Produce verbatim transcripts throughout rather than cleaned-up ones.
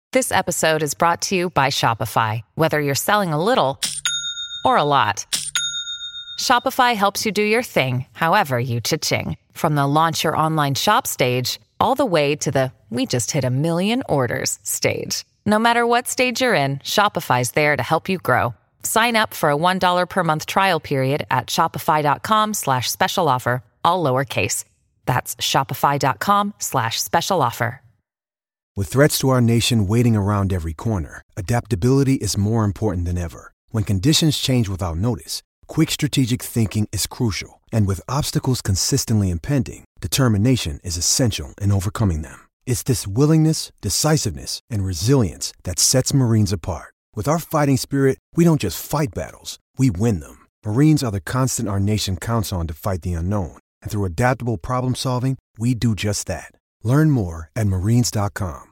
This episode is brought to you by Shopify. Whether you're selling a little or a lot, Shopify helps you do your thing, however you cha-ching. From the launch your online shop stage, all the way to the we just hit a million orders stage. No matter what stage you're in, Shopify's there to help you grow. Sign up for a one dollar per month trial period at shopify.com slash special offer, all lowercase. That's shopify.com slash special offer. With threats to our nation waiting around every corner, adaptability is more important than ever. When conditions change without notice, quick strategic thinking is crucial. And with obstacles consistently impending, determination is essential in overcoming them. It's this willingness, decisiveness, and resilience that sets Marines apart. With our fighting spirit, we don't just fight battles, we win them. Marines are the constant our nation counts on to fight the unknown. And through adaptable problem solving, we do just that. Learn more at marines dot com.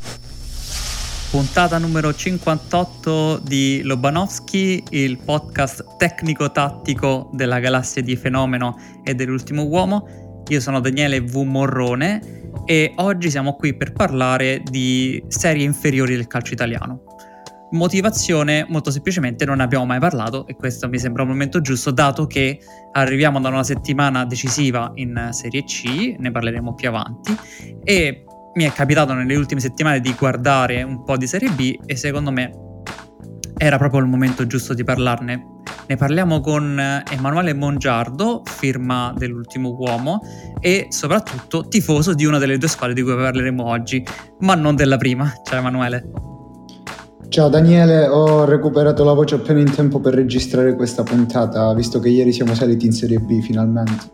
Puntata numero cinquantotto di Lobanovsky, il podcast tecnico-tattico della galassia di Fenomeno e dell'Ultimo Uomo. Io sono Daniele V. Morrone e oggi siamo qui per parlare di serie inferiori del calcio italiano. Motivazione, molto semplicemente non ne abbiamo mai parlato e questo mi sembra un momento giusto, dato che arriviamo da una settimana decisiva in Serie C, ne parleremo più avanti, e mi è capitato nelle ultime settimane di guardare un po' di Serie B e secondo me era proprio il momento giusto di parlarne. Ne parliamo con Emanuele Mongiardo, firma dell'Ultimo Uomo e soprattutto tifoso di una delle due squadre di cui parleremo oggi, ma non della prima. Ciao Emanuele. Ciao Daniele, ho recuperato la voce appena in tempo per registrare questa puntata, visto che ieri siamo saliti in Serie B finalmente.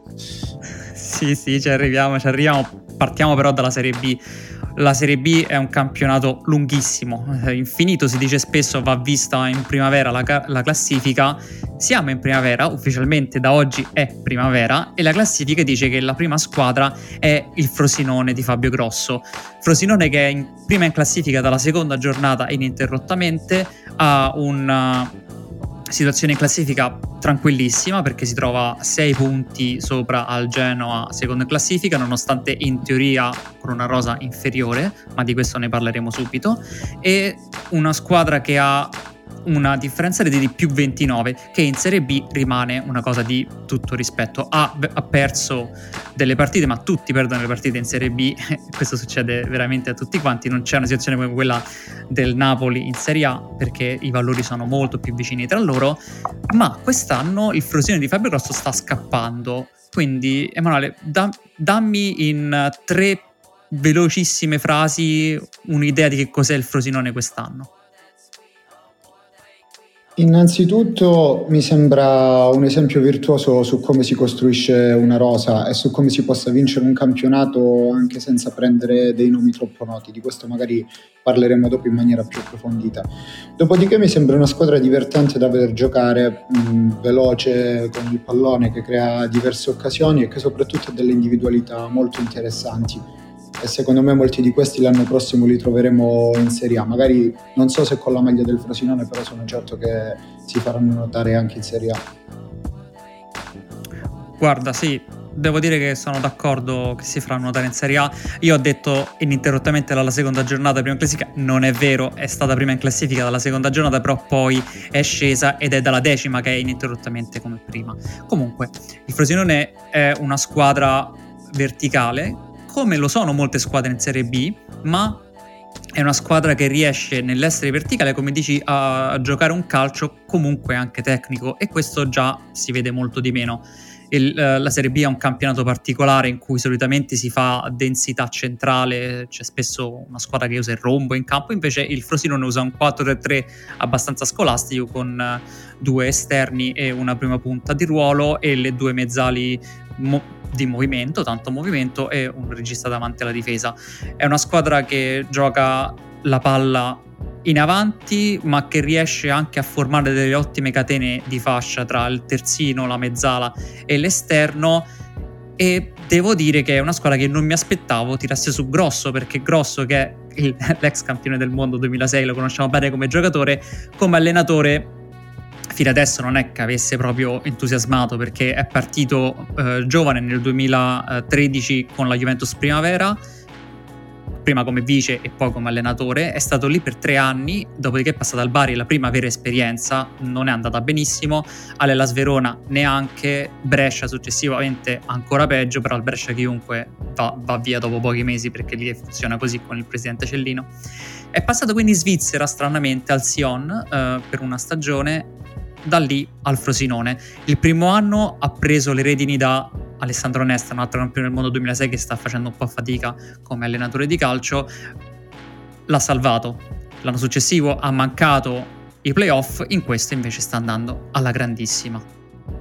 Sì, sì, ci arriviamo, ci arriviamo. Partiamo però dalla Serie B. La Serie B è un campionato lunghissimo, infinito, si dice spesso, va vista in primavera la, ca- la classifica. Siamo in primavera, ufficialmente da oggi è primavera, e la classifica dice che la prima squadra è il Frosinone di Fabio Grosso. Frosinone che è in, prima in classifica dalla seconda giornata ininterrottamente, ha una situazione in classifica tranquillissima perché si trova a sei punti sopra al Genoa, secondo in classifica, nonostante in teoria con una rosa inferiore, ma di questo ne parleremo subito, e una squadra che ha una differenza reti di più ventinove, che in Serie B rimane una cosa di tutto rispetto. Ha, ha perso delle partite, ma tutti perdono le partite in Serie B, questo succede veramente a tutti quanti. Non c'è una situazione come quella del Napoli in Serie A perché i valori sono molto più vicini tra loro, ma quest'anno il Frosinone di Fabio Grosso sta scappando. Quindi Emanuele, da, dammi in tre velocissime frasi un'idea di che cos'è il Frosinone quest'anno. Innanzitutto mi sembra un esempio virtuoso su come si costruisce una rosa e su come si possa vincere un campionato anche senza prendere dei nomi troppo noti. Di questo magari parleremo dopo in maniera più approfondita. Dopodiché mi sembra una squadra divertente da vedere giocare, mh, veloce con il pallone, che crea diverse occasioni e che soprattutto ha delle individualità molto interessanti. E secondo me molti di questi l'anno prossimo li troveremo in Serie A, magari non so se con la maglia del Frosinone, però sono certo che si faranno notare anche in Serie A. Guarda, sì, devo dire che sono d'accordo che si faranno notare in Serie A. Io ho detto ininterrottamente dalla seconda giornata prima in classifica, non è vero, è stata prima in classifica dalla seconda giornata, però poi è scesa ed è dalla decima che è ininterrottamente come prima. Comunque, il Frosinone è una squadra verticale, come lo sono molte squadre in Serie B, ma è una squadra che riesce nell'essere verticale, come dici, a giocare un calcio comunque anche tecnico, e questo già si vede molto di meno. Il, la Serie B è un campionato particolare in cui solitamente si fa densità centrale, c'è spesso una squadra che usa il rombo in campo, invece il Frosinone usa un quattro tre tre abbastanza scolastico con due esterni e una prima punta di ruolo e le due mezzali mo- di movimento, tanto movimento, e un regista davanti alla difesa. È una squadra che gioca la palla in avanti, ma che riesce anche a formare delle ottime catene di fascia tra il terzino, la mezzala e l'esterno, e devo dire che è una squadra che non mi aspettavo tirasse su Grosso, perché Grosso, che è il, l'ex campione del mondo duemilasei, lo conosciamo bene come giocatore, come allenatore fino adesso non è che avesse proprio entusiasmato, perché è partito eh, giovane nel duemilatredici con la Juventus Primavera, prima come vice e poi come allenatore, è stato lì per tre anni, dopodiché è passato al Bari, la prima vera esperienza, non è andata benissimo, all'Hellas Verona neanche, Brescia successivamente ancora peggio, però al Brescia chiunque va, va via dopo pochi mesi perché lì funziona così con il presidente Cellino. È passato quindi in Svizzera stranamente al Sion eh, per una stagione, da lì al Frosinone. Il primo anno ha preso le redini da Alessandro Nesta, un altro campione del mondo duemilasei che sta facendo un po' fatica come allenatore di calcio, l'ha salvato. L'anno successivo ha mancato i playoff, in questo invece sta andando alla grandissima.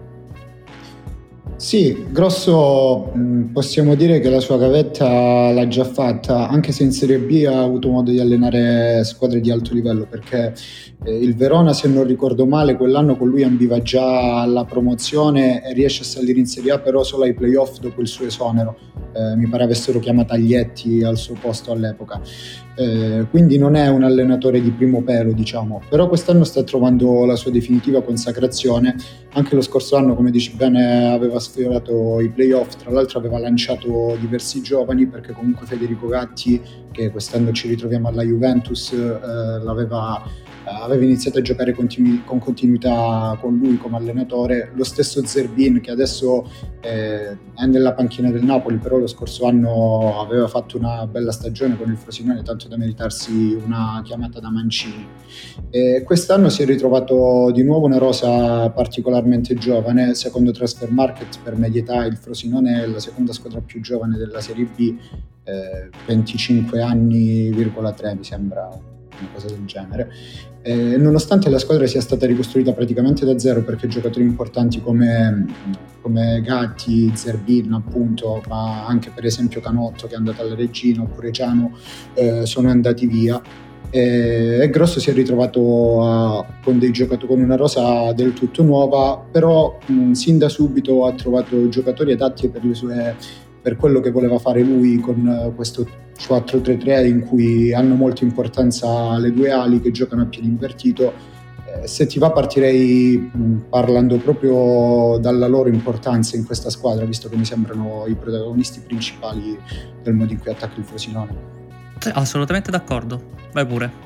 Sì, Grosso mh, possiamo dire che la sua gavetta l'ha già fatta, anche se in Serie B ha avuto modo di allenare squadre di alto livello, perché eh, il Verona, se non ricordo male, quell'anno con lui ambiva già alla promozione e riesce a salire in Serie A però solo ai playoff dopo il suo esonero. Eh, mi pare avessero chiamato Aglietti al suo posto all'epoca. Eh, quindi non è un allenatore di primo pelo, diciamo, però quest'anno sta trovando la sua definitiva consacrazione. Anche lo scorso anno, come dici bene, aveva sfiorato i playoff, tra l'altro aveva lanciato diversi giovani, perché comunque Federico Gatti, che quest'anno ci ritroviamo alla Juventus, eh, l'aveva aveva iniziato a giocare continu- con continuità con lui come allenatore. Lo stesso Zerbin, che adesso eh, è nella panchina del Napoli, però lo scorso anno aveva fatto una bella stagione con il Frosinone, tanto da meritarsi una chiamata da Mancini. E quest'anno si è ritrovato di nuovo una rosa particolarmente giovane. Secondo Transfer Market, per media età il Frosinone è la seconda squadra più giovane della Serie B, eh, venticinque anni virgola tre mi sembra, una cosa del genere. Eh, nonostante la squadra sia stata ricostruita praticamente da zero, perché giocatori importanti come, come Gatti, Zerbin appunto, ma anche per esempio Canotto, che è andato alla Regina, oppure Giano, eh, sono andati via. E, e Grosso si è ritrovato a, con dei giocatori, con una rosa del tutto nuova, però mh, sin da subito ha trovato giocatori adatti per le sue, per quello che voleva fare lui con uh, questo quattro tre tre in cui hanno molta importanza le due ali che giocano a piede invertito. Eh, se ti va partirei mh, parlando proprio dalla loro importanza in questa squadra, visto che mi sembrano i protagonisti principali del modo in cui attacca il Frosinone. Sì, assolutamente d'accordo, vai pure.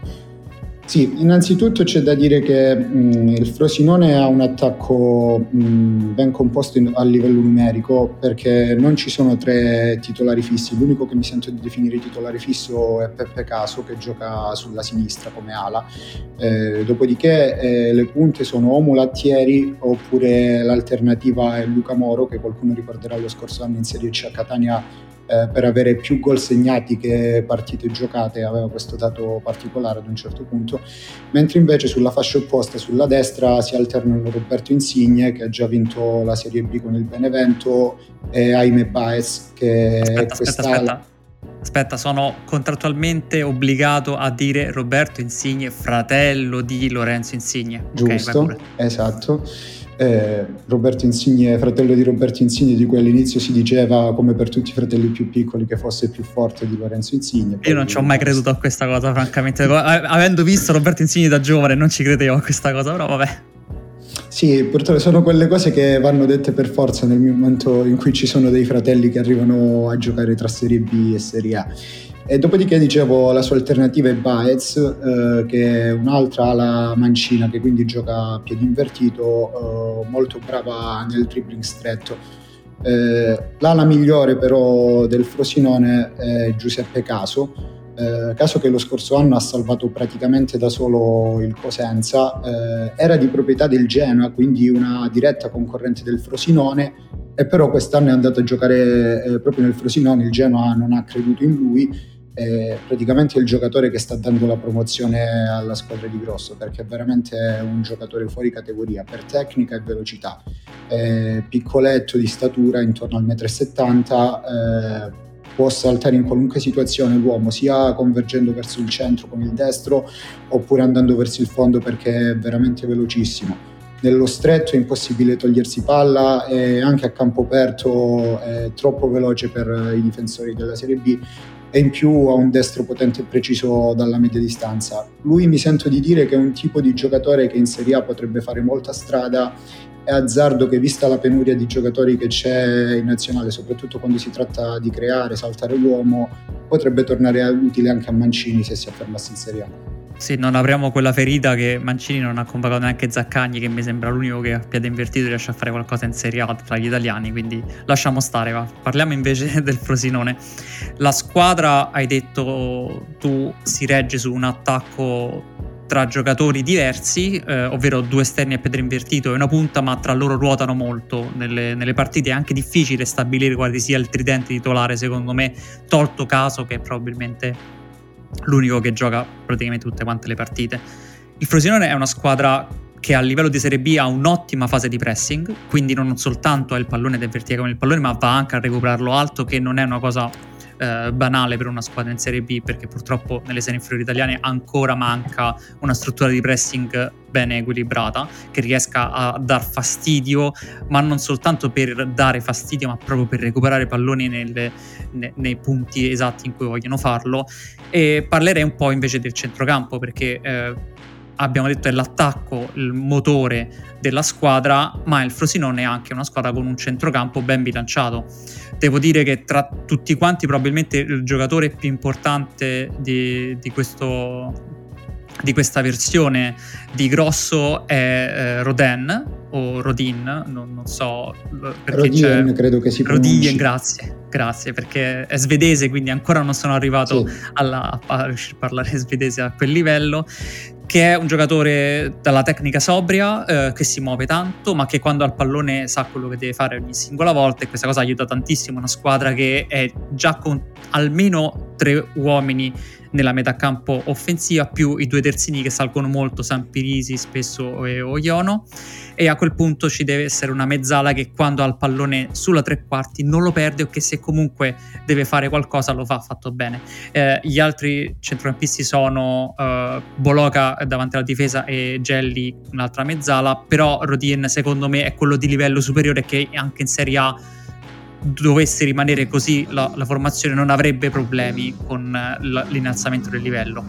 Sì, innanzitutto c'è da dire che mh, il Frosinone ha un attacco mh, ben composto in, a livello numerico, perché non ci sono tre titolari fissi. L'unico che mi sento di definire titolare fisso è Peppe Caso, che gioca sulla sinistra come ala. Eh, dopodiché eh, le punte sono o Mulattieri, oppure l'alternativa è Luca Moro, che qualcuno ricorderà lo scorso anno in Serie C a Catania. Eh, per avere più gol segnati che partite giocate aveva questo dato particolare ad un certo punto, mentre invece sulla fascia opposta, sulla destra, si alternano Roberto Insigne, che ha già vinto la Serie B con il Benevento, e Jaime Baez, che aspetta, è questa... aspetta, aspetta. Aspetta, sono contrattualmente obbligato a dire Roberto Insigne, fratello di Lorenzo Insigne. Giusto, okay, esatto. Eh, Roberto Insigne, fratello di Roberto Insigne, di cui all'inizio si diceva, come per tutti i fratelli più piccoli, che fosse più forte di Lorenzo Insigne. Io non ci ho mai creduto a questa cosa, francamente. Avendo visto Roberto Insigne da giovane non ci credevo a questa cosa, però vabbè. Sì, purtroppo sono quelle cose che vanno dette per forza nel momento in cui ci sono dei fratelli che arrivano a giocare tra Serie B e Serie A. E dopodiché, dicevo, la sua alternativa è Baez, eh, che è un'altra ala mancina, che quindi gioca a piedi invertito, eh, molto brava nel dribbling stretto. Eh, l'ala migliore però del Frosinone è Giuseppe Caso, eh, Caso che lo scorso anno ha salvato praticamente da solo il Cosenza. Eh, era di proprietà del Genoa, quindi una diretta concorrente del Frosinone, e però quest'anno è andato a giocare eh, proprio nel Frosinone. Il Genoa non ha creduto in lui. È praticamente il giocatore che sta dando la promozione alla squadra di Grosso, perché è veramente un giocatore fuori categoria per tecnica e velocità. È piccoletto di statura, intorno al uno e settanta metri, eh, può saltare in qualunque situazione l'uomo, sia convergendo verso il centro con il destro oppure andando verso il fondo, perché è veramente velocissimo. Nello stretto è impossibile togliersi palla, e anche a campo aperto è troppo veloce per i difensori della Serie B, e in più ha un destro potente e preciso dalla media distanza. Lui, mi sento di dire che è un tipo di giocatore che in Serie A potrebbe fare molta strada, è azzardo che, vista la penuria di giocatori che c'è in nazionale, soprattutto quando si tratta di creare, saltare l'uomo, potrebbe tornare utile anche a Mancini se si affermasse in Serie A. Sì, non apriamo quella ferita che Mancini non ha convocato neanche Zaccagni, che mi sembra l'unico che a piede invertito riesce a fare qualcosa in Serie A tra gli italiani, quindi lasciamo stare, va. Parliamo invece del Frosinone. La squadra, hai detto tu, si regge su un attacco tra giocatori diversi, eh, ovvero due esterni a piede invertito e una punta, ma tra loro ruotano molto nelle, nelle partite. È anche difficile stabilire quale sia il tridente titolare, secondo me, tolto Caso, che è probabilmente l'unico che gioca praticamente tutte quante le partite. Il Frosinone è una squadra che a livello di Serie B ha un'ottima fase di pressing, quindi non soltanto ha il pallone ed è verticale come il pallone, ma va anche a recuperarlo alto, che non è una cosa eh, banale per una squadra in Serie B, perché purtroppo nelle serie inferiori italiane ancora manca una struttura di pressing bene equilibrata, che riesca a dar fastidio, ma non soltanto per dare fastidio, ma proprio per recuperare palloni nelle, ne, nei punti esatti in cui vogliono farlo. E parlerei un po' invece del centrocampo, perché eh, abbiamo detto è l'attacco il motore della squadra, ma il Frosinone è anche una squadra con un centrocampo ben bilanciato. Devo dire che tra tutti quanti probabilmente il giocatore più importante di, di questo di questa versione di Grosso è eh, Rodin o Rodin, non, non so perché Rodin, c'è credo che si Rodin, pronunci. grazie, grazie, perché è svedese, quindi ancora non sono arrivato Sì. alla, a riuscire a parlare svedese a quel livello, che è un giocatore dalla tecnica sobria, eh, che si muove tanto, ma che quando ha il pallone sa quello che deve fare ogni singola volta, e questa cosa aiuta tantissimo una squadra che è già con almeno tre uomini nella metà campo offensiva, più i due terzini che salgono molto, Sampirisi spesso e Oiono, e a quel punto ci deve essere una mezzala che quando ha il pallone sulla tre quarti non lo perde, o che se comunque deve fare qualcosa lo fa fatto bene. Eh, gli altri centrocampisti sono uh, Boloca davanti alla difesa e Gelli un'altra mezzala, però Rodin secondo me è quello di livello superiore, che anche in Serie A dovesse rimanere così la, la formazione non avrebbe problemi con la, l'innalzamento del livello.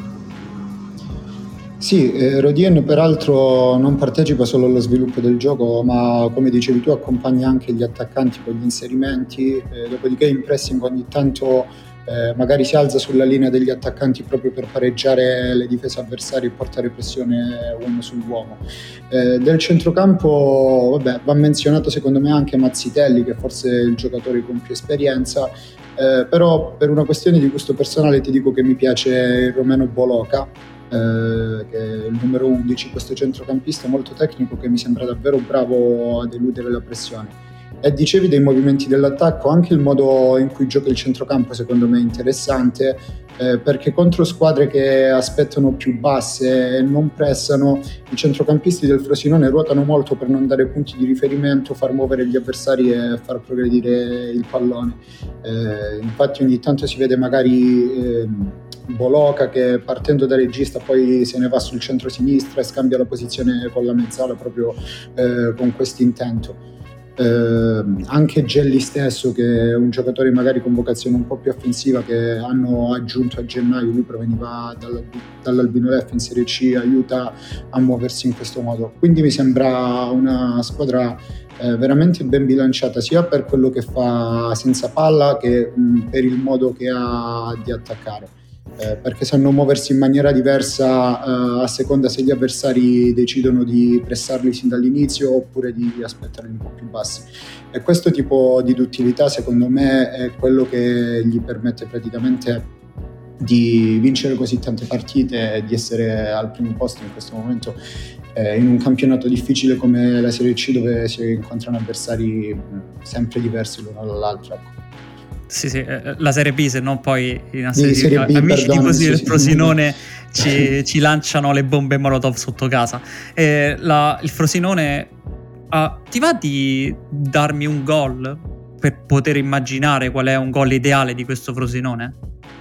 Sì, eh, Rodin peraltro non partecipa solo allo sviluppo del gioco, ma come dicevi tu accompagna anche gli attaccanti con gli inserimenti, eh, dopodiché in pressing ogni tanto eh, magari si alza sulla linea degli attaccanti proprio per pareggiare le difese avversarie e portare pressione uomo sull'uomo. Eh, del centrocampo vabbè, va menzionato secondo me anche Mazzitelli, che forse è il giocatore con più esperienza, eh, però per una questione di gusto personale ti dico che mi piace il Romeno Boloca, eh, che è il numero undici, questo centrocampista molto tecnico che mi sembra davvero bravo ad eludere la pressione. E dicevi dei movimenti dell'attacco, anche il modo in cui gioca il centrocampo secondo me è interessante, eh, perché contro squadre che aspettano più basse e non pressano, i centrocampisti del Frosinone ruotano molto per non dare punti di riferimento, far muovere gli avversari e far progredire il pallone. Eh, infatti ogni tanto si vede magari eh, Boloca che partendo da regista poi se ne va sul centro-sinistra e scambia la posizione con la mezzala proprio eh, con questo intento. Eh, anche Gelli stesso, che è un giocatore magari con vocazione un po' più offensiva, che hanno aggiunto a gennaio, lui proveniva dal, dall'Albino F in Serie C, aiuta a muoversi in questo modo. Quindi mi sembra una squadra eh, veramente ben bilanciata, sia per quello che fa senza palla che mh, per il modo che ha di attaccare. Eh, perché sanno muoversi in maniera diversa eh, a seconda se gli avversari decidono di pressarli sin dall'inizio oppure di aspettarli un po' più bassi, e questo tipo di duttilità secondo me è quello che gli permette praticamente di vincere così tante partite e di essere al primo posto in questo momento eh, in un campionato difficile come la Serie C, dove si incontrano avversari mh, sempre diversi l'uno dall'altro, ecco. Sì, sì, la Serie B, se no poi i nostri Di Serie B, amici perdone, tifosi sì, del sì. Frosinone ci, ci lanciano le bombe Molotov sotto casa. Eh, la, il Frosinone, ah, ti va di darmi un gol per poter immaginare qual è un gol ideale di questo Frosinone?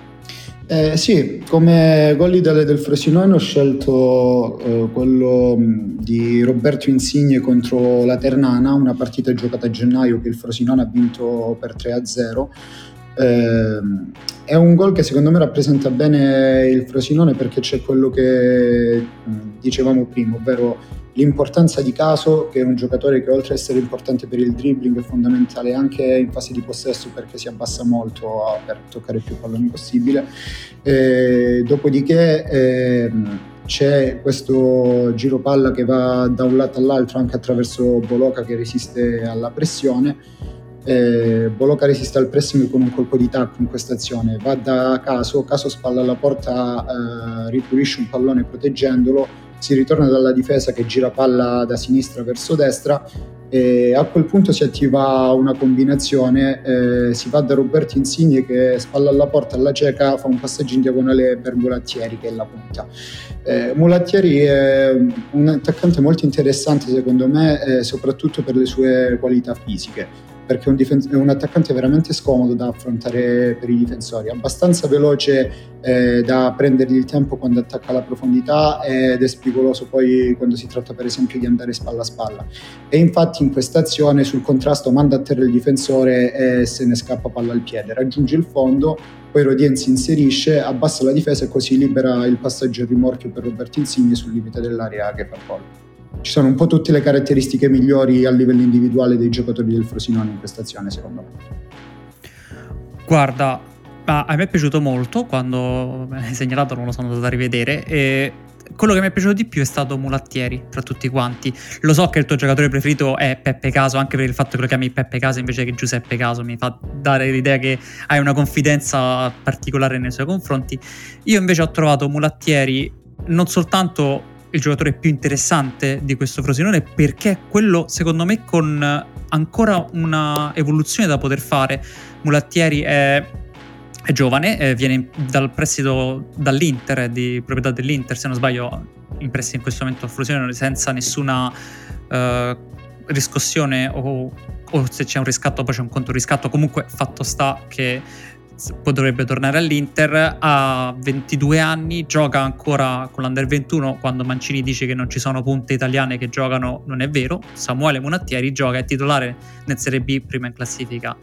Eh, sì, come gol ideale del Frosinone ho scelto eh, quello mh, di Roberto Insigne contro la Ternana, una partita giocata a gennaio che il Frosinone ha vinto per tre a zero. Eh, è un gol che secondo me rappresenta bene il Frosinone, perché c'è quello che dicevamo prima, ovvero l'importanza di Caso, che è un giocatore che oltre ad essere importante per il dribbling è fondamentale anche in fase di possesso, perché si abbassa molto per toccare più palloni possibile. E dopodiché eh, c'è questo giro palla che va da un lato all'altro anche attraverso Boloca, che resiste alla pressione. Eh, Boloca resiste al pressing con un colpo di tacco in questa azione, va da Caso, Caso spalla alla porta, eh, ripulisce un pallone proteggendolo, si ritorna dalla difesa che gira palla da sinistra verso destra e a quel punto si attiva una combinazione, eh, si va da Roberto Insigne che spalla alla porta alla cieca, fa un passaggio in diagonale per Mulattieri che è la punta. Eh, Mulattieri è un attaccante molto interessante secondo me, eh, soprattutto per le sue qualità fisiche, perché è un, difen- è un attaccante veramente scomodo da affrontare per i difensori, abbastanza veloce eh, da prendergli il tempo quando attacca la profondità ed è spigoloso poi quando si tratta per esempio di andare spalla a spalla, e infatti in questa azione sul contrasto manda a terra il difensore e se ne scappa palla al piede, raggiunge il fondo, poi Rodien si inserisce, abbassa la difesa e così libera il passaggio in rimorchio per Roberto Insigne sul limite dell'area che fa gol. Ci sono un po' tutte le caratteristiche migliori a livello individuale dei giocatori del Frosinone in questa azione, secondo me. Guarda, a me è piaciuto molto quando me l'hai segnalato, non lo sono andato a rivedere, e quello che mi è piaciuto di più è stato Mulattieri tra tutti quanti. Lo so che il tuo giocatore preferito è Peppe Caso, anche per il fatto che lo chiami Peppe Caso invece che Giuseppe Caso mi fa dare l'idea che hai una confidenza particolare nei suoi confronti. Io invece ho trovato Mulattieri non soltanto il giocatore più interessante di questo Frosinone, perché è quello secondo me con ancora una evoluzione da poter fare. Mulattieri è, è giovane, eh, viene in, dal prestito dall'Inter, è di proprietà dell'Inter se non sbaglio, in prestito in questo momento al Frosinone senza nessuna uh, riscossione o, o se c'è un riscatto poi c'è un conto riscatto, comunque fatto sta che poi dovrebbe tornare all'Inter. Ha ventidue anni, gioca ancora con l'Under ventuno. Quando Mancini dice che non ci sono punte italiane che giocano, non è vero. Samuele Mulattieri gioca, è titolare nel Serie B, prima in classifica,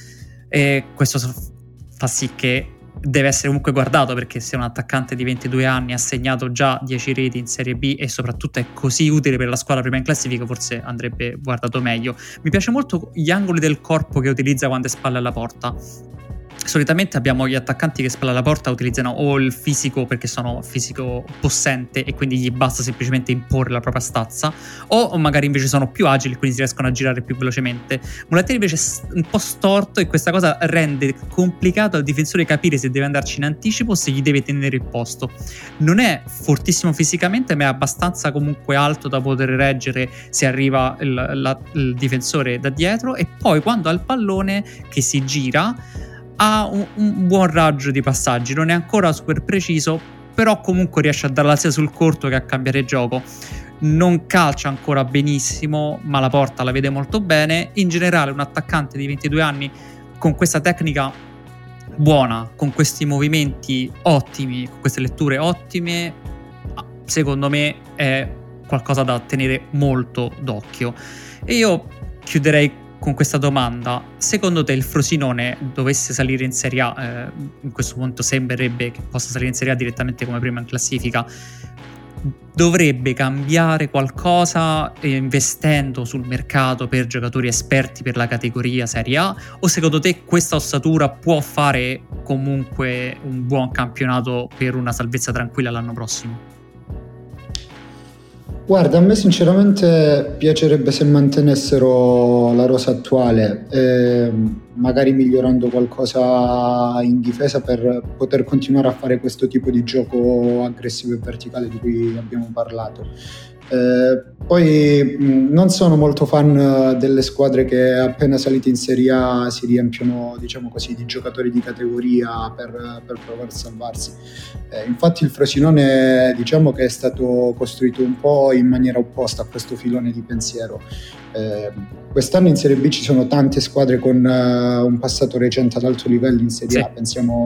e questo fa sì che deve essere comunque guardato, perché se un attaccante di ventidue anni ha segnato già dieci reti in Serie B e soprattutto è così utile per la squadra prima in classifica, forse andrebbe guardato meglio. Mi piace molto gli angoli del corpo che utilizza quando è spalle alla porta. Solitamente abbiamo gli attaccanti che spalla alla porta utilizzano o il fisico perché sono fisico possente e quindi gli basta semplicemente imporre la propria stazza, o magari invece sono più agili e quindi si riescono a girare più velocemente. Mulattieri invece è un po' storto e questa cosa rende complicato al difensore capire se deve andarci in anticipo o se gli deve tenere il posto. Non è fortissimo fisicamente, ma è abbastanza comunque alto da poter reggere se arriva il, la, il difensore da dietro, e poi quando ha il pallone che si gira ha un, un buon raggio di passaggi, non è ancora super preciso, però comunque riesce a darla sia sul corto che a cambiare gioco. Non calcia ancora benissimo, ma la porta la vede molto bene. In generale un attaccante di ventidue anni con questa tecnica buona, con questi movimenti ottimi, con queste letture ottime, secondo me è qualcosa da tenere molto d'occhio. E io chiuderei con questa domanda: secondo te il Frosinone dovesse salire in Serie A, eh, in questo punto sembrerebbe che possa salire in Serie A direttamente come prima in classifica, dovrebbe cambiare qualcosa eh, investendo sul mercato per giocatori esperti per la categoria Serie A, o secondo te questa ossatura può fare comunque un buon campionato per una salvezza tranquilla l'anno prossimo? Guarda, a me sinceramente piacerebbe se mantenessero la rosa attuale, eh, magari migliorando qualcosa in difesa per poter continuare a fare questo tipo di gioco aggressivo e verticale di cui abbiamo parlato. Eh, poi mh, non sono molto fan delle squadre che appena salite in Serie A si riempiono, diciamo così, di giocatori di categoria per, per provare a salvarsi. Eh, infatti il Frosinone, diciamo che è stato costruito un po' in maniera opposta a questo filone di pensiero. Eh, quest'anno in Serie B ci sono tante squadre con uh, un passato recente ad alto livello in Serie A, sì. Pensiamo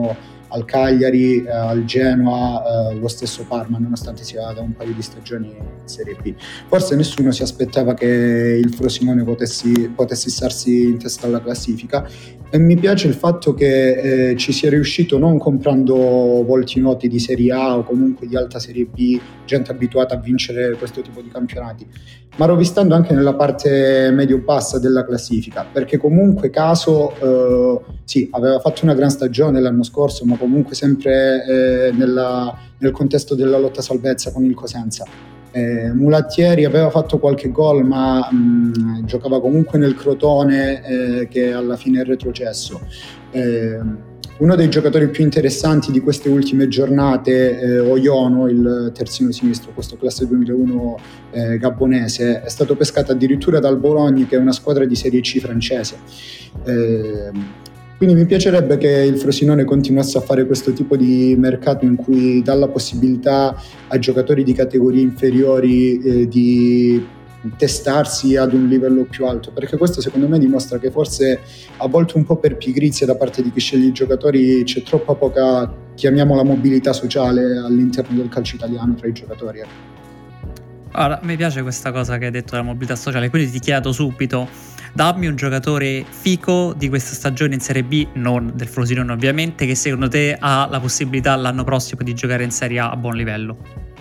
al Cagliari, eh, al Genoa, eh, lo stesso Parma, nonostante sia da un paio di stagioni in Serie B. Forse nessuno si aspettava che il Frosinone potessi, potesse starsi in testa alla classifica, e mi piace il fatto che eh, ci sia riuscito non comprando volti noti di Serie A o comunque di alta Serie B, gente abituata a vincere questo tipo di campionati, ma rovistando anche nella parte medio-bassa della classifica, perché comunque Caso eh, sì, aveva fatto una gran stagione l'anno scorso, ma comunque sempre eh, nella, nel contesto della lotta salvezza con il Cosenza. Eh, Mulattieri aveva fatto qualche gol, ma mh, giocava comunque nel Crotone, eh, che alla fine è retrocesso. Eh, uno dei giocatori più interessanti di queste ultime giornate, eh, Oyono, il terzino sinistro, questo classe duemilauno eh, gabonese, è stato pescato addirittura dal Bologna, che è una squadra di Serie C francese. Eh, Quindi mi piacerebbe che il Frosinone continuasse a fare questo tipo di mercato in cui dà la possibilità a giocatori di categorie inferiori eh, di testarsi ad un livello più alto, perché questo secondo me dimostra che forse a volte un po' per pigrizia da parte di chi sceglie i giocatori c'è troppa poca, chiamiamola, mobilità sociale all'interno del calcio italiano tra i giocatori. Allora, mi piace questa cosa che hai detto della mobilità sociale, quindi ti chiedo subito: dammi un giocatore fico di questa stagione in Serie B, non del Frosinone ovviamente, che secondo te ha la possibilità l'anno prossimo di giocare in Serie A a buon livello.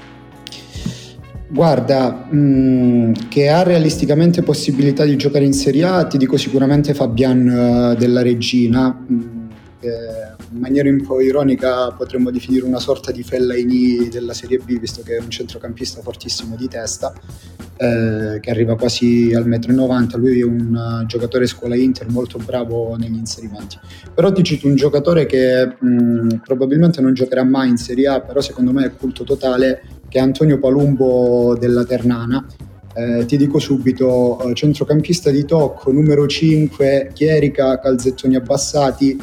Guarda, mh, che ha realisticamente possibilità di giocare in Serie A, ti dico sicuramente Fabian uh, della Regina, mh, che in maniera un po' ironica potremmo definire una sorta di Fellaini della Serie B, visto che è un centrocampista fortissimo di testa, eh, che arriva quasi al metro e novanta. Lui è un uh, giocatore scuola Inter molto bravo negli inserimenti. Però ti cito un giocatore che mh, probabilmente non giocherà mai in Serie A, però secondo me è culto totale, che è Antonio Palumbo della Ternana. Eh, ti dico subito, eh, centrocampista di tocco, numero cinque, chierica, calzettoni abbassati.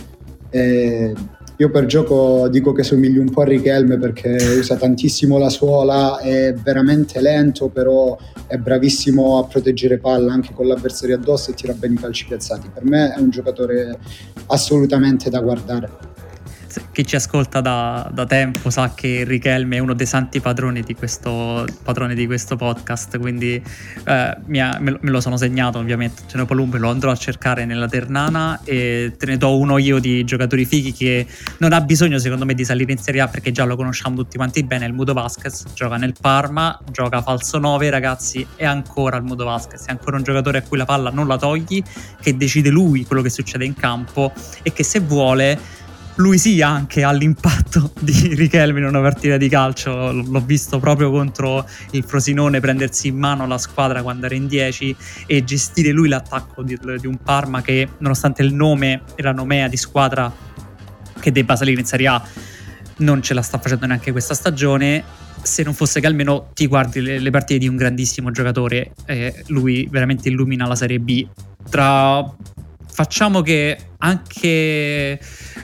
Eh, io per gioco dico che somigli un po' a Richelme, perché usa tantissimo la suola, è veramente lento, però è bravissimo a proteggere palla anche con l'avversario addosso e tira bene i calci piazzati. Per me è un giocatore assolutamente da guardare. Chi ci ascolta da, da tempo sa che Richelme è uno dei santi padroni di questo, padrone di questo podcast, quindi eh, mi ha, me, me lo sono segnato ovviamente. Antonio Palumbo lo andrò a cercare nella Ternana, e te ne do uno io di giocatori fighi che non ha bisogno secondo me di salire in Serie A, perché già lo conosciamo tutti quanti bene. Il Mudo Vasquez gioca nel Parma, gioca falso nove, ragazzi, è ancora il Mudo Vasquez, è ancora un giocatore a cui la palla non la togli, che decide lui quello che succede in campo, e che se vuole lui sì anche ha l'impatto di Richelme in una partita di calcio. L'ho visto proprio contro il Frosinone prendersi in mano la squadra quando era in dieci e gestire lui l'attacco di, di un Parma che, nonostante il nome e la nomea di squadra che debba salire in Serie A, non ce la sta facendo neanche questa stagione. Se non fosse che almeno ti guardi le, le partite di un grandissimo giocatore, eh, lui veramente illumina la Serie B. Tra Facciamo che anche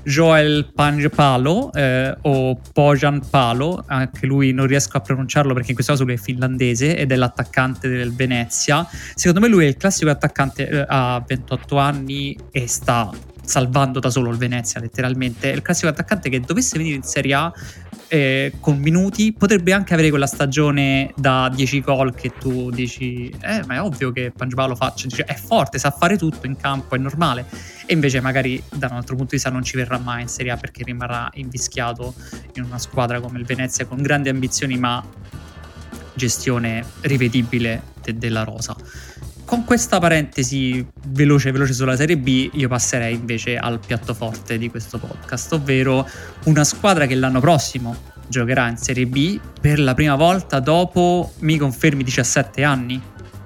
Joel Panjapalo eh, o Pojan Palo, anche lui non riesco a pronunciarlo perché in questo caso lui è finlandese ed è l'attaccante del Venezia. Secondo me lui è il classico attaccante, eh, ha ventotto anni e sta salvando da solo il Venezia letteralmente. È il classico attaccante che dovesse venire in Serie A eh, con minuti potrebbe anche avere quella stagione da dieci gol che tu dici eh ma è ovvio che Panjapalo faccia, dice, è forte, sa fare tutto in campo, è normale. E invece magari da un altro punto di vista non ci verrà mai in Serie A, perché rimarrà invischiato in una squadra come il Venezia con grandi ambizioni ma gestione rivedibile de- della rosa. Con questa parentesi veloce veloce sulla Serie B, io passerei invece al piatto forte di questo podcast, ovvero una squadra che l'anno prossimo giocherà in Serie B per la prima volta dopo, mi confermi, diciassette anni?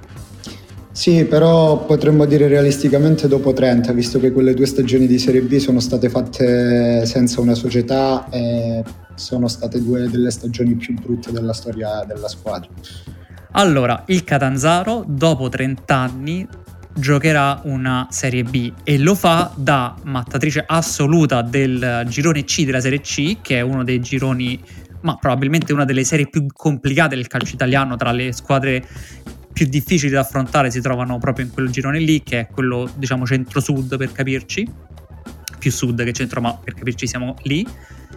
Sì, però potremmo dire realisticamente dopo trenta, visto che quelle due stagioni di Serie B sono state fatte senza una società e sono state due delle stagioni più brutte della storia della squadra. Allora, il Catanzaro dopo trenta anni giocherà una Serie B e lo fa da mattatrice assoluta del girone C della Serie C, che è uno dei gironi, ma probabilmente una delle serie più complicate del calcio italiano. Tra le squadre più difficili da affrontare si trovano proprio in quel girone lì, che è quello, diciamo, centro-sud per capirci, più sud che centro, ma per capirci siamo lì.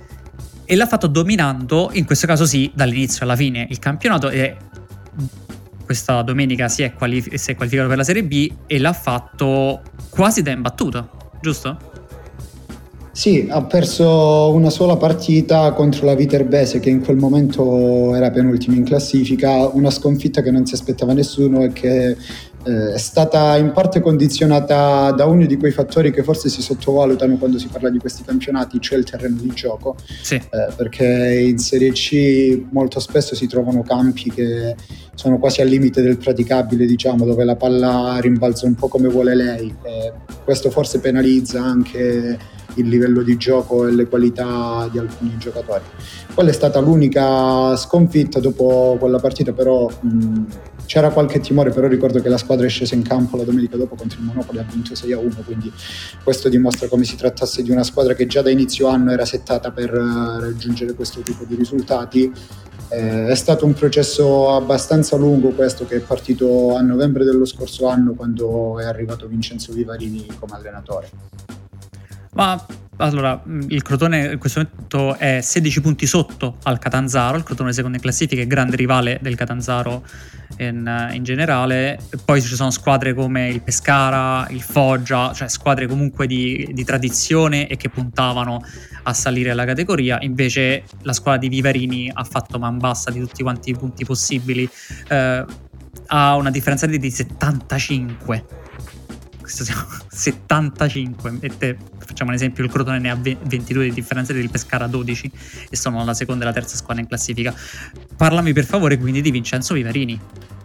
e l'ha fatto dominando, in questo caso sì, dall'inizio alla fine il campionato, e questa domenica si è, qualif- si è qualificato per la Serie B e l'ha fatto quasi da imbattuto, giusto? Sì, ha perso una sola partita contro la Viterbese, che in quel momento era penultima in classifica, una sconfitta che non si aspettava nessuno e che eh, è stata in parte condizionata da uno di quei fattori che forse si sottovalutano quando si parla di questi campionati, cioè il terreno di gioco. Sì. Eh, perché in Serie C molto spesso si trovano campi che sono quasi al limite del praticabile, diciamo, dove la palla rimbalza un po' come vuole lei. Eh, questo forse penalizza anche il livello di gioco e le qualità di alcuni giocatori. Quella è stata l'unica sconfitta dopo quella partita, però mh, c'era qualche timore, però ricordo che la squadra è scesa in campo la domenica dopo contro il Monopoli, ha vinto sei a uno, quindi questo dimostra come si trattasse di una squadra che già da inizio anno era settata per uh, raggiungere questo tipo di risultati. Eh, è stato un processo abbastanza lungo questo, che è partito a novembre dello scorso anno, quando è arrivato Vincenzo Vivarini come allenatore. Ma allora, il Crotone in questo momento è sedici punti sotto al Catanzaro, il Crotone secondo in classifica è grande rivale del Catanzaro in, in generale. Poi ci sono squadre come il Pescara, il Foggia, cioè squadre comunque di, di tradizione e che puntavano a salire alla categoria. Invece la squadra di Vivarini ha fatto man bassa di tutti quanti i punti possibili, eh, ha una differenza di settantacinque. Questo siamo settantacinque, e te, facciamo un esempio, il Crotone ne ha ventidue di differenza, del Pescara dodici, e sono la seconda e la terza squadra in classifica. Parlami per favore quindi di Vincenzo Vivarini.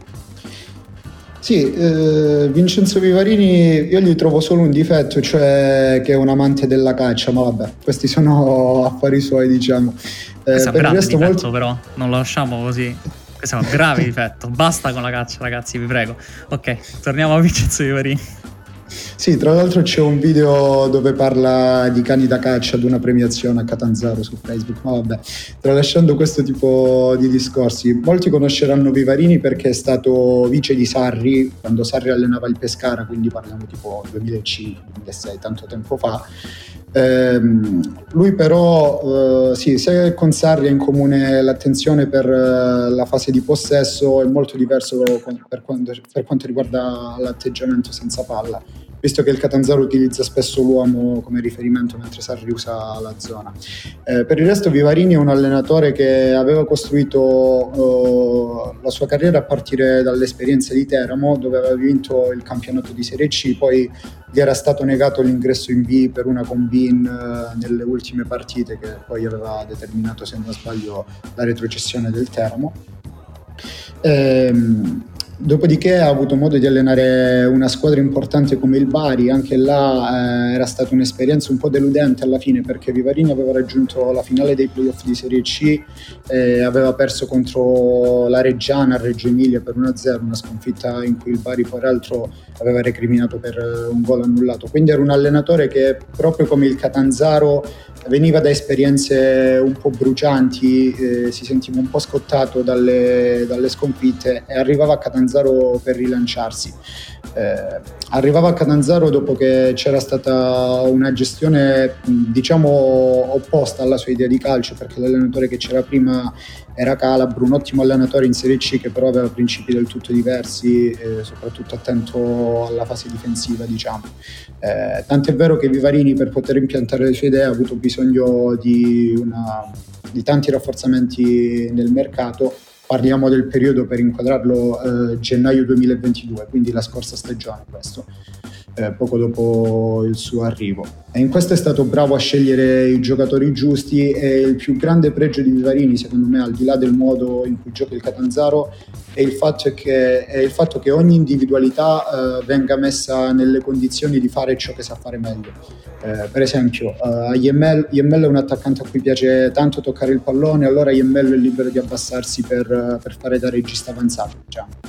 Sì, eh, Vincenzo Vivarini io gli trovo solo un difetto, cioè che è un amante della caccia, ma vabbè, questi sono affari suoi, diciamo. Eh, Questo è un grande difetto, molto... però non lo lasciamo così. Questo è un grave difetto, basta con la caccia, ragazzi, vi prego. Ok, torniamo a Vincenzo Vivarini. Sì, tra l'altro c'è un video dove parla di cani da caccia ad una premiazione a Catanzaro su Facebook, ma vabbè, tralasciando questo tipo di discorsi, molti conosceranno Vivarini perché è stato vice di Sarri quando Sarri allenava il Pescara, quindi parliamo tipo duemilacinque duemilasei, tanto tempo fa. Eh, lui però, eh, sì, se con Sarri ha in comune l'attenzione per eh, la fase di possesso, è molto diverso con, per, quanto, per quanto riguarda l'atteggiamento senza palla, visto che il Catanzaro utilizza spesso l'uomo come riferimento mentre Sarri usa la zona. Eh, per il resto Vivarini è un allenatore che aveva costruito eh, la sua carriera a partire dall'esperienza di Teramo, dove aveva vinto il campionato di Serie C, poi gli era stato negato l'ingresso in B per una combin eh, nelle ultime partite, che poi aveva determinato, se non sbaglio, la retrocessione del Teramo. Ehm, Dopodiché ha avuto modo di allenare una squadra importante come il Bari. Anche là eh, era stata un'esperienza un po' deludente alla fine, perché Vivarini aveva raggiunto la finale dei playoff di Serie C e aveva perso contro la Reggiana a Reggio Emilia per uno a zero, una sconfitta in cui il Bari peraltro aveva recriminato per un gol annullato. Quindi era un allenatore che, proprio come il Catanzaro, veniva da esperienze un po' brucianti, eh, si sentiva un po' scottato dalle, dalle sconfitte e arrivava a Catanzaro per rilanciarsi. Eh, arrivava a Catanzaro dopo che c'era stata una gestione, diciamo, opposta alla sua idea di calcio, perché l'allenatore che c'era prima era Calabro, un ottimo allenatore in Serie C che però aveva principi del tutto diversi, eh, soprattutto attento alla fase difensiva, diciamo. Eh, tant'è vero che Vivarini, per poter impiantare le sue idee, ha avuto bisogno di, una, di tanti rafforzamenti nel mercato. Parliamo del periodo, per inquadrarlo, eh, gennaio duemilaventidue, quindi la scorsa stagione, questo, eh, poco dopo il suo arrivo. E in questo è stato bravo a scegliere i giocatori giusti, e il più grande pregio di Vivarini, secondo me, al di là del modo in cui gioca il Catanzaro, è il fatto che, è il fatto che ogni individualità eh, venga messa nelle condizioni di fare ciò che sa fare meglio. Eh, per esempio, uh, Iemmel, Iemmel è un attaccante a cui piace tanto toccare il pallone, allora Iemmel è libero di abbassarsi per, per fare da regista avanzato, diciamo.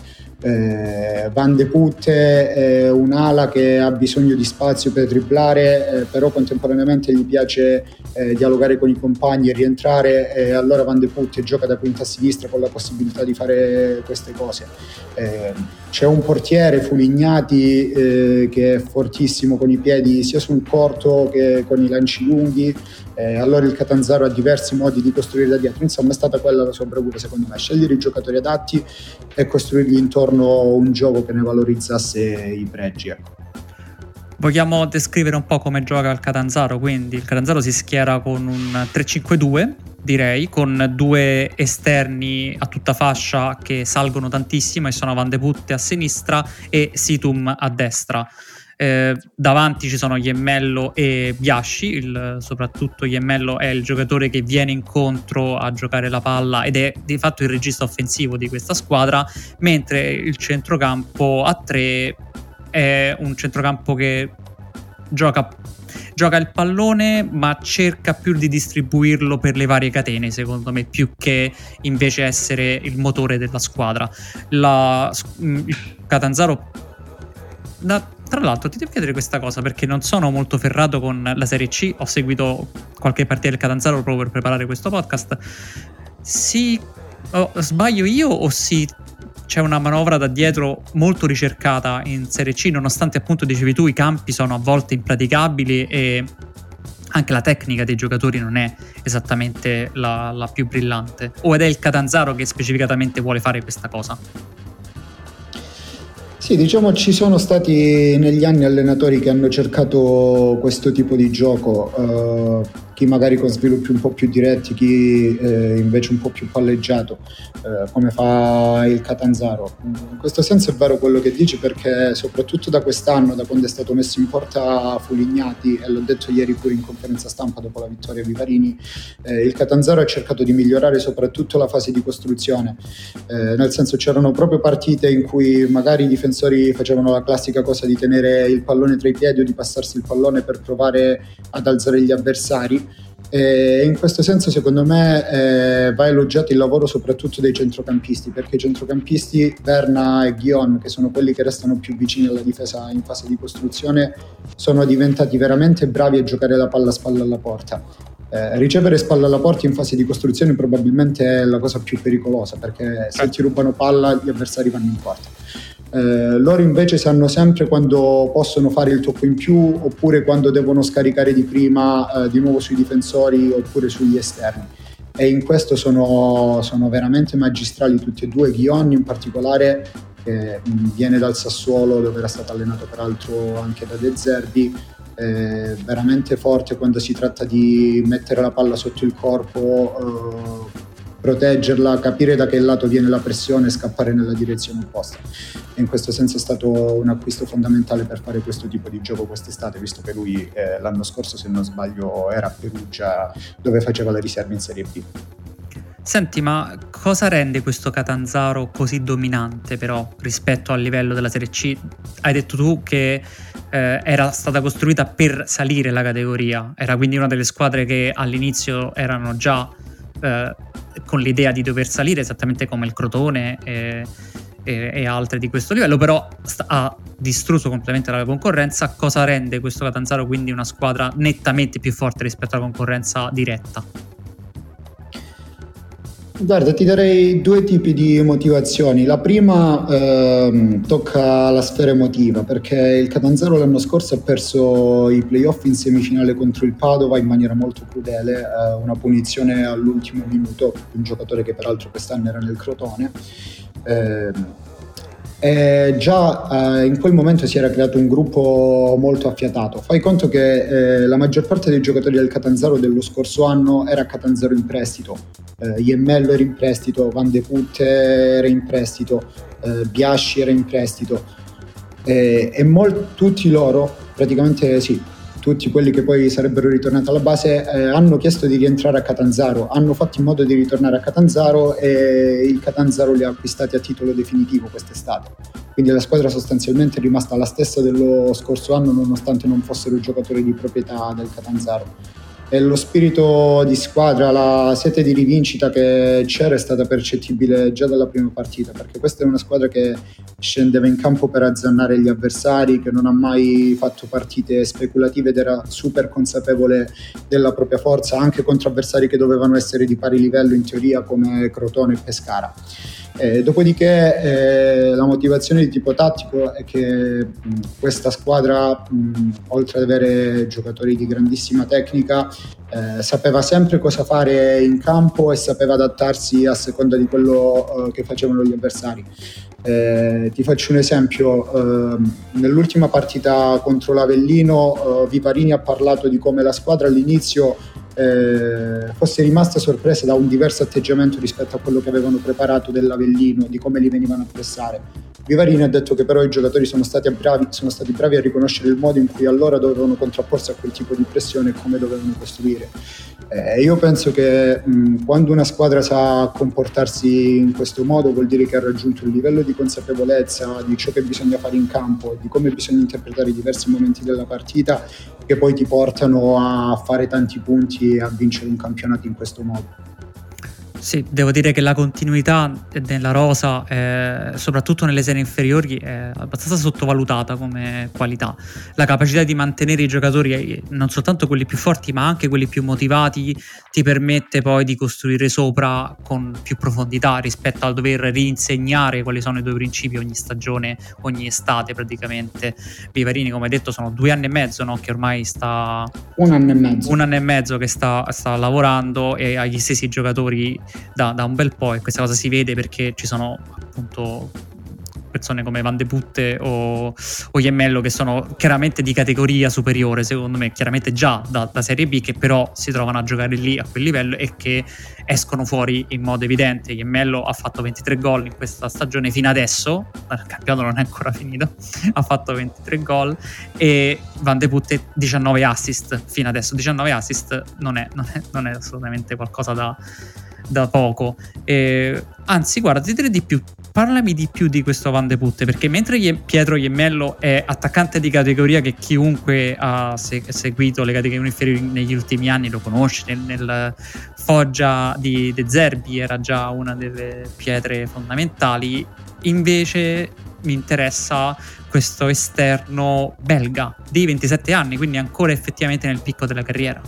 Eh, Van de Putte è un'ala che ha bisogno di spazio per dribblare, eh, però contemporaneamente gli piace eh, dialogare con i compagni e rientrare, e allora Van de Putte gioca da quinta a sinistra con la possibilità di fare queste cose. Eh, c'è un portiere, Fulignati, eh, che è fortissimo con i piedi sia sul corto che con i lanci lunghi. Eh, allora il Catanzaro ha diversi modi di costruire da dietro, insomma è stata quella la sua bravura secondo me, scegliere i giocatori adatti e costruirgli intorno un gioco che ne valorizzasse i pregi, ecco. Vogliamo descrivere un po' come gioca il Catanzaro? Quindi il Catanzaro si schiera con un tre cinque due, direi, con due esterni a tutta fascia che salgono tantissimo e sono Van de Putte a sinistra e Situm a destra. Eh, davanti ci sono Iemmello e Biasci, il, soprattutto Iemmello è il giocatore che viene incontro a giocare la palla ed è di fatto il regista offensivo di questa squadra, mentre il centrocampo a tre è un centrocampo che gioca, gioca il pallone ma cerca più di distribuirlo per le varie catene, secondo me, più che invece essere il motore della squadra. La, il Catanzaro da, tra l'altro ti devo chiedere questa cosa perché non sono molto ferrato con la Serie C, ho seguito qualche partita del Catanzaro proprio per preparare questo podcast. Si oh, sbaglio io o si c'è una manovra da dietro molto ricercata in Serie C, nonostante appunto dicevi tu i campi sono a volte impraticabili e anche la tecnica dei giocatori non è esattamente la, la più brillante, o ed è il Catanzaro che specificatamente vuole fare questa cosa? Sì, diciamo ci sono stati negli anni allenatori che hanno cercato questo tipo di gioco, uh, chi magari con sviluppi un po' più diretti, chi eh, invece un po' più palleggiato, eh, come fa il Catanzaro. In questo senso è vero quello che dici, perché soprattutto da quest'anno, da quando è stato messo in porta Fulignati, e l'ho detto ieri pure in conferenza stampa dopo la vittoria a Vivarini, eh, il Catanzaro ha cercato di migliorare soprattutto la fase di costruzione, eh, nel senso c'erano proprio partite in cui magari i difensori facevano la classica cosa di tenere il pallone tra i piedi o di passarsi il pallone per provare ad alzare gli avversari. E in questo senso secondo me eh, va elogiato il lavoro soprattutto dei centrocampisti, perché i centrocampisti Berna e Guion, che sono quelli che restano più vicini alla difesa in fase di costruzione, sono diventati veramente bravi a giocare la palla a spalla alla porta. Eh, ricevere spalla alla porta in fase di costruzione probabilmente è la cosa più pericolosa, perché se ti rubano palla gli avversari vanno in porta. Eh, loro invece sanno sempre quando possono fare il tocco in più, oppure quando devono scaricare di prima eh, di nuovo sui difensori oppure sugli esterni, e in questo sono, sono veramente magistrali tutti e due. Guion in particolare, che viene dal Sassuolo dove era stato allenato peraltro anche da De Zerbi, è veramente forte quando si tratta di mettere la palla sotto il corpo, eh, proteggerla, capire da che lato viene la pressione e scappare nella direzione opposta. E in questo senso è stato un acquisto fondamentale per fare questo tipo di gioco quest'estate, visto che lui eh, l'anno scorso, se non sbaglio, era a Perugia dove faceva la riserva in Serie B. Senti, ma cosa rende questo Catanzaro così dominante però rispetto al livello della Serie C? Hai detto tu che eh, era stata costruita per salire la categoria, era quindi una delle squadre che all'inizio erano già eh, con l'idea di dover salire, esattamente come il Crotone e, e, e altre di questo livello, però sta, ha distrutto completamente la concorrenza. Cosa rende questo Catanzaro quindi una squadra nettamente più forte rispetto alla concorrenza diretta? Guarda, ti darei due tipi di motivazioni. La prima ehm, tocca la sfera emotiva, perché il Catanzaro l'anno scorso ha perso i playoff in semifinale contro il Padova in maniera molto crudele, eh, una punizione all'ultimo minuto, un giocatore che peraltro quest'anno era nel Crotone. Eh, E già eh, in quel momento si era creato un gruppo molto affiatato. Fai conto che eh, la maggior parte dei giocatori del Catanzaro dello scorso anno era a Catanzaro in prestito. eh, Iemmello era in prestito, Van de Putte era in prestito, eh, Biasci era in prestito, eh, e mol- tutti loro, praticamente sì, tutti quelli che poi sarebbero ritornati alla base, eh, hanno chiesto di rientrare a Catanzaro, hanno fatto in modo di ritornare a Catanzaro e il Catanzaro li ha acquistati a titolo definitivo quest'estate. Quindi la squadra sostanzialmente è rimasta la stessa dello scorso anno, nonostante non fossero giocatori di proprietà del Catanzaro. e lo spirito di squadra, la sete di rivincita che c'era è stata percettibile già dalla prima partita, perché questa è una squadra che scendeva in campo per azzannare gli avversari, che non ha mai fatto partite speculative ed era super consapevole della propria forza anche contro avversari che dovevano essere di pari livello in teoria come Crotone e Pescara. Eh, dopodiché eh, la motivazione di tipo tattico è che mh, questa squadra, mh, oltre ad avere giocatori di grandissima tecnica, eh, sapeva sempre cosa fare in campo e sapeva adattarsi a seconda di quello eh, che facevano gli avversari. Eh, ti faccio un esempio, eh, nell'ultima partita contro l'Avellino eh, Vivarini ha parlato di come la squadra all'inizio Eh, fosse rimasta sorpresa da un diverso atteggiamento rispetto a quello che avevano preparato dell'Avellino, di come li venivano a pressare. Vivarini ha detto che però i giocatori sono stati bravi, sono stati bravi a riconoscere il modo in cui allora dovevano contrapporsi a quel tipo di pressione e come dovevano costruire. Eh, io penso che mh, quando una squadra sa comportarsi in questo modo vuol dire che ha raggiunto un livello di consapevolezza di ciò che bisogna fare in campo, di come bisogna interpretare i diversi momenti della partita, che poi ti portano a fare tanti punti e a vincere un campionato in questo modo. Sì, devo dire che la continuità nella rosa, eh, soprattutto nelle serie inferiori, è abbastanza sottovalutata come qualità. La capacità di mantenere i giocatori, non soltanto quelli più forti, ma anche quelli più motivati, ti permette poi di costruire sopra con più profondità rispetto al dover rinsegnare quali sono i tuoi principi ogni stagione, ogni estate praticamente. Vivarini, come hai detto, sono due anni e mezzo, no? Che ormai sta... Un anno e mezzo. Un anno e mezzo che sta, sta lavorando e ha gli stessi giocatori Da, da un bel po', e questa cosa si vede perché ci sono appunto persone come Van de Putte o, o Iemmello che sono chiaramente di categoria superiore, secondo me, chiaramente già da, da Serie B, che però si trovano a giocare lì a quel livello e che escono fuori in modo evidente. Iemmello ha fatto ventitré gol in questa stagione fino adesso, il campionato non è ancora finito, ha fatto ventitré gol, e Van de Putte diciannove assist fino adesso. diciannove assist non è, non è, non è assolutamente qualcosa da da poco, eh, anzi guarda, ti direi di più, parlami di più di questo Van de Putte, perché mentre Pietro Iemmello è attaccante di categoria che chiunque ha se- seguito le categorie inferiori negli ultimi anni lo conosce, nel, nel Foggia di De Zerbi era già una delle pietre fondamentali, invece mi interessa questo esterno belga di ventisette anni, quindi ancora effettivamente nel picco della carriera.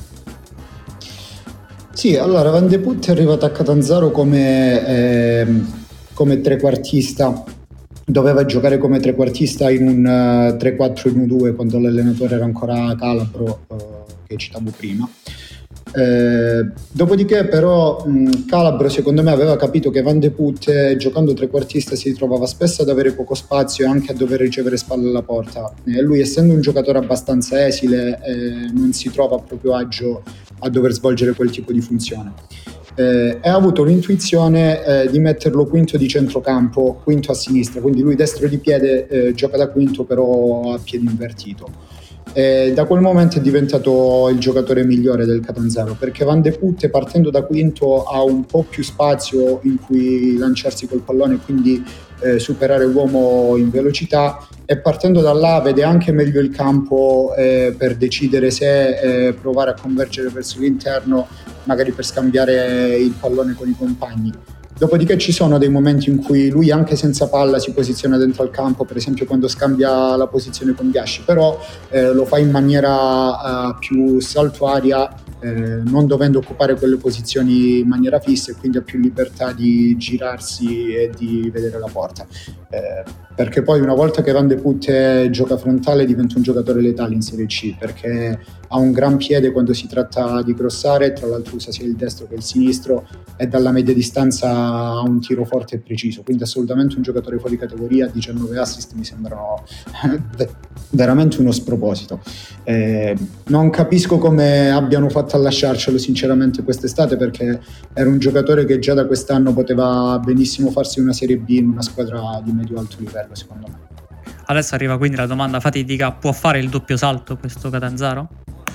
Sì, allora Van de Putte è arrivato a Catanzaro come, eh, come trequartista, doveva giocare come trequartista in un uh, tre quattro uno due quando l'allenatore era ancora Calabro, uh, che citavo prima. Eh, dopodiché però mh, Calabro secondo me aveva capito che Van de Putte giocando trequartista si trovava spesso ad avere poco spazio e anche a dover ricevere spalle alla porta, e lui, essendo un giocatore abbastanza esile, eh, non si trova a proprio agio a dover svolgere quel tipo di funzione. Eh, e ha avuto l'intuizione eh, di metterlo quinto di centrocampo, quinto a sinistra, quindi lui destro di piede, eh, gioca da quinto però a piede invertito. E da quel momento è diventato il giocatore migliore del Catanzaro, perché Van de Putte, partendo da quinto, ha un po' più spazio in cui lanciarsi col pallone e quindi eh, superare l'uomo in velocità, e partendo da là vede anche meglio il campo eh, per decidere se eh, provare a convergere verso l'interno, magari per scambiare il pallone con i compagni. Dopodiché ci sono dei momenti in cui lui anche senza palla si posiziona dentro al campo, per esempio quando scambia la posizione con Ghiasci, però eh, lo fa in maniera uh, più saltuaria, eh, non dovendo occupare quelle posizioni in maniera fissa, e quindi ha più libertà di girarsi e di vedere la porta. Eh, perché poi una volta che Van de Putte gioca frontale diventa un giocatore letale in Serie C, perché ha un gran piede quando si tratta di crossare, tra l'altro usa sia il destro che il sinistro, e dalla media distanza ha un tiro forte e preciso, quindi assolutamente un giocatore fuori categoria. diciannove assist mi sembrano veramente uno sproposito. Eh, non capisco come abbiano fatto a lasciarcelo sinceramente quest'estate, perché era un giocatore che già da quest'anno poteva benissimo farsi una Serie B in una squadra di medio-alto livello, secondo me. Adesso arriva quindi la domanda fatidica: può fare il doppio salto questo Catanzaro?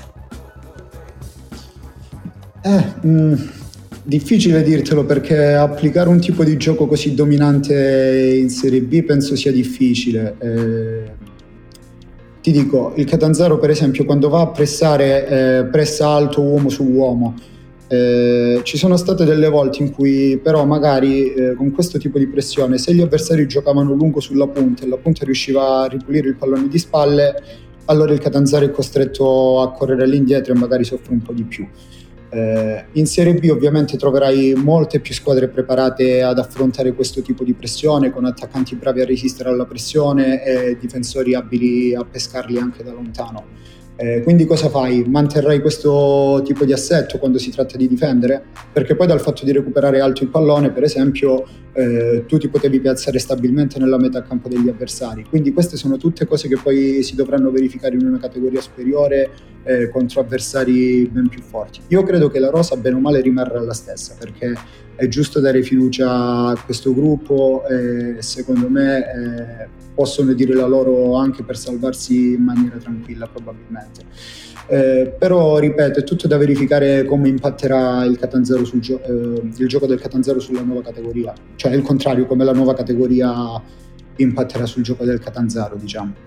Eh, mh, difficile dirtelo, perché applicare un tipo di gioco così dominante in Serie B penso sia difficile. Eh, Ti dico, il Catanzaro per esempio quando va a pressare eh, pressa alto uomo su uomo. Eh, ci sono state delle volte in cui però magari eh, con questo tipo di pressione, se gli avversari giocavano lungo sulla punta e la punta riusciva a ripulire il pallone di spalle, allora il Catanzaro è costretto a correre all'indietro e magari soffre un po' di più. Eh, in Serie B ovviamente troverai molte più squadre preparate ad affrontare questo tipo di pressione, con attaccanti bravi a resistere alla pressione e difensori abili a pescarli anche da lontano. Eh, quindi cosa fai? Manterrai questo tipo di assetto quando si tratta di difendere? Perché poi dal fatto di recuperare alto il pallone, per esempio, eh, tu ti potevi piazzare stabilmente nella metà campo degli avversari. Quindi queste sono tutte cose che poi si dovranno verificare in una categoria superiore eh, contro avversari ben più forti. Io credo che la rosa bene o male rimarrà la stessa, perché è giusto dare fiducia a questo gruppo e secondo me eh, possono dire la loro anche per salvarsi in maniera tranquilla probabilmente. Eh, però ripeto, è tutto da verificare come impatterà il Catanzaro sul gio- eh, il gioco del Catanzaro sulla nuova categoria, cioè il contrario, come la nuova categoria impatterà sul gioco del Catanzaro, diciamo.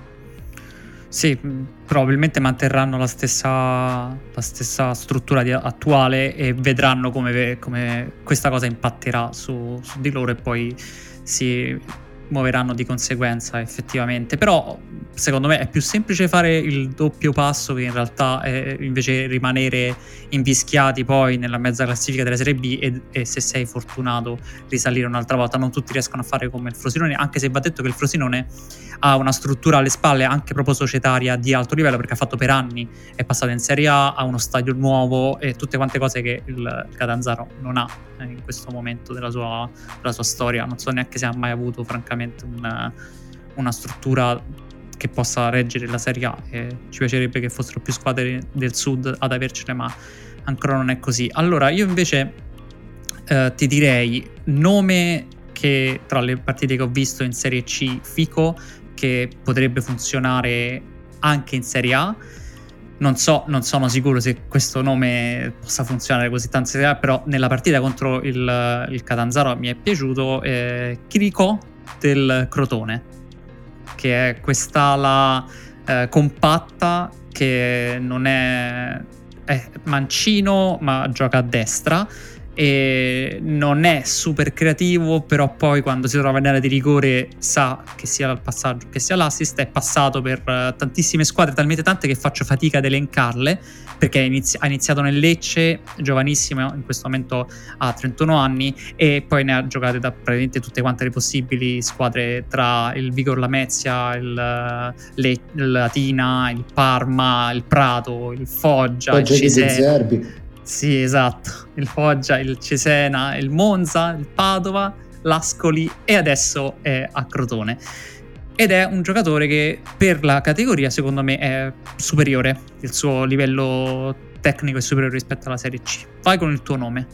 Sì, probabilmente manterranno la stessa, la stessa struttura di, attuale e vedranno come, come questa cosa impatterà su, su di loro e poi si muoveranno di conseguenza effettivamente. Però secondo me è più semplice fare il doppio passo che in realtà è invece rimanere invischiati poi nella mezza classifica della Serie B e, e se sei fortunato risalire un'altra volta. Non tutti riescono a fare come il Frosinone, anche se va detto che il Frosinone ha una struttura alle spalle anche proprio societaria di alto livello, perché ha fatto per anni, è passato in Serie A, ha uno stadio nuovo e tutte quante cose che il Catanzaro non ha in questo momento della sua, della sua storia. Non so neanche se ha mai avuto francamente una, una struttura che possa reggere la Serie A e ci piacerebbe che fossero più squadre del sud ad avercene, ma ancora non è così. Allora io invece eh, ti direi nome che tra le partite che ho visto in Serie C, Fico, che potrebbe funzionare anche in Serie A. Non so, non sono sicuro se questo nome possa funzionare così tanto in Serie A, però nella partita contro il, il Catanzaro mi è piaciuto eh, Chirico del Crotone, che è quest'ala eh, compatta che non è, è mancino ma gioca a destra e non è super creativo, però poi quando si trova in area di rigore sa che sia il passaggio che sia l'assist. È passato per uh, tantissime squadre, talmente tante che faccio fatica ad elencarle, perché inizi- ha iniziato nel Lecce giovanissimo, in questo momento ha trentuno anni e poi ne ha giocate da praticamente tutte quante le possibili squadre, tra il Vigor Lamezia, il, uh, Le- il Latina, il Parma, il Prato, il Foggia, Foggia il Cesena. Sì, esatto, il Foggia, il Cesena, il Monza, il Padova, l'Ascoli e adesso è a Crotone. Ed è un giocatore che per la categoria secondo me è superiore, il suo livello tecnico è superiore rispetto alla Serie C. Vai con il tuo nome.